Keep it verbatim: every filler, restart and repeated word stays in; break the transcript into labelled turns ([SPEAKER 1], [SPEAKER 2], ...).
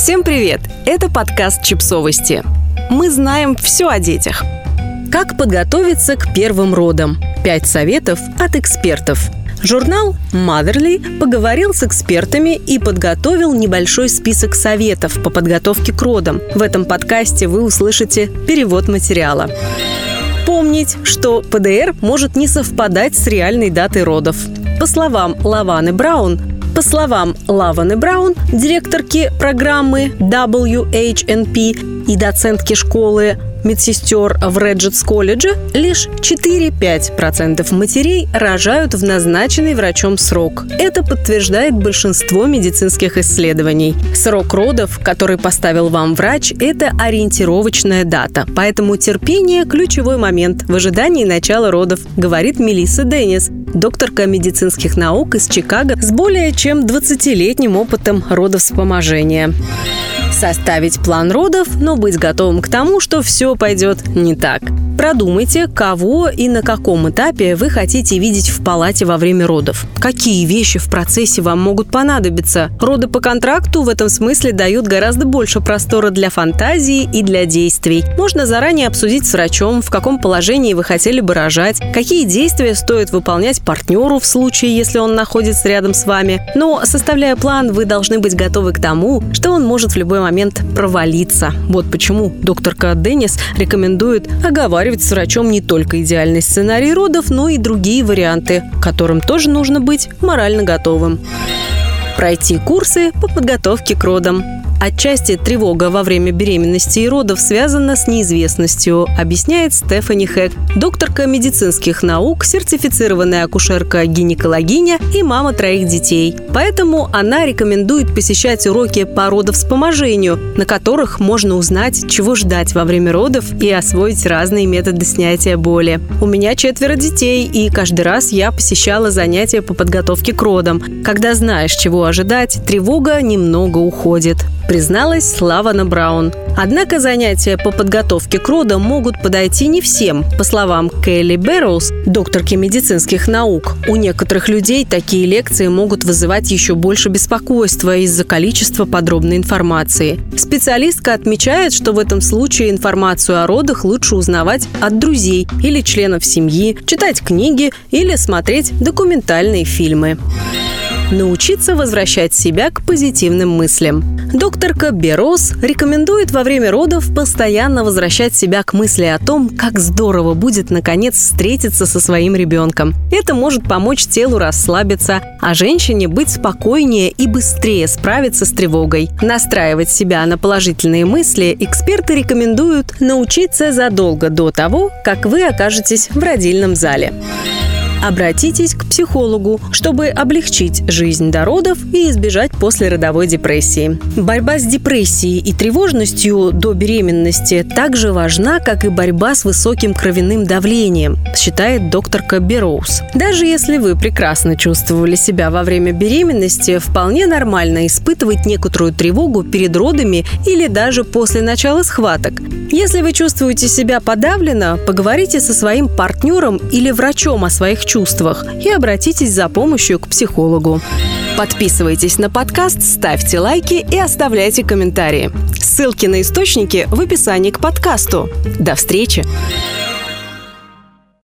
[SPEAKER 1] Всем привет! Это подкаст «Чипсовости». Мы знаем все о детях. Как подготовиться к первым родам? Пять советов от экспертов. Журнал Motherly поговорил с экспертами и подготовил небольшой список советов по подготовке к родам. В этом подкасте вы услышите перевод материала. Помнить, что ПДР может не совпадать с реальной датой родов. По словам Лаваны Браун, По словам Лаваны Браун, директорки программы дабл ю эйч эн пи и доцентки школы медсестер в Реджетс-колледже, лишь четыре-пять процентов матерей рожают в назначенный врачом срок. Это подтверждает большинство медицинских исследований. Срок родов, который поставил вам врач, это ориентировочная дата. Поэтому терпение – ключевой момент в ожидании начала родов, говорит Мелисса Деннис, докторка медицинских наук из Чикаго с более чем двадцатилетним опытом родовспоможения. Составить план родов, но быть готовым к тому, что все пойдет не так. Продумайте, кого и на каком этапе вы хотите видеть в палате во время родов. Какие вещи в процессе вам могут понадобиться. Роды по контракту в этом смысле дают гораздо больше простора для фантазии и для действий. Можно заранее обсудить с врачом, в каком положении вы хотели бы рожать, какие действия стоит выполнять партнеру в случае, если он находится рядом с вами. Но, составляя план, вы должны быть готовы к тому, что он может в любой момент провалиться. Вот почему докторка Деннис рекомендует оговаривать с врачом не только идеальный сценарий родов, но и другие варианты, к которым тоже нужно быть морально готовым. Пройти курсы по подготовке к родам. Отчасти тревога во время беременности и родов связана с неизвестностью, объясняет Стефани Хэк, докторка медицинских наук, сертифицированная акушерка-гинекологиня и мама троих детей. Поэтому она рекомендует посещать уроки по родовспоможению, на которых можно узнать, чего ждать во время родов и освоить разные методы снятия боли. У меня четверо детей, и каждый раз я посещала занятия по подготовке к родам. Когда знаешь, чего ожидать, тревога немного уходит, призналась Лавана Браун. Однако занятия по подготовке к родам могут подойти не всем. По словам Келли Бэрроуз, докторки медицинских наук, у некоторых людей такие лекции могут вызывать еще больше беспокойства из-за количества подробной информации. Специалистка отмечает, что в этом случае информацию о родах лучше узнавать от друзей или членов семьи, читать книги или смотреть документальные фильмы. Научиться возвращать себя к позитивным мыслям. Докторка Бэрроуз рекомендует во время родов постоянно возвращать себя к мысли о том, как здорово будет наконец встретиться со своим ребенком. Это может помочь телу расслабиться, а женщине быть спокойнее и быстрее справиться с тревогой. Настраивать себя на положительные мысли эксперты рекомендуют научиться задолго до того, как вы окажетесь в родильном зале. Обратитесь к психологу, чтобы облегчить жизнь до родов и избежать послеродовой депрессии. Борьба с депрессией и тревожностью до беременности так же важна, как и борьба с высоким кровяным давлением, считает докторка Бэрроуз. Даже если вы прекрасно чувствовали себя во время беременности, вполне нормально испытывать некоторую тревогу перед родами или даже после начала схваток. Если вы чувствуете себя подавленно, поговорите со своим партнером или врачом о своих чувствах. чувствах и обратитесь за помощью к психологу. Подписывайтесь на подкаст, ставьте лайки и оставляйте комментарии. Ссылки на источники в описании к подкасту. До встречи!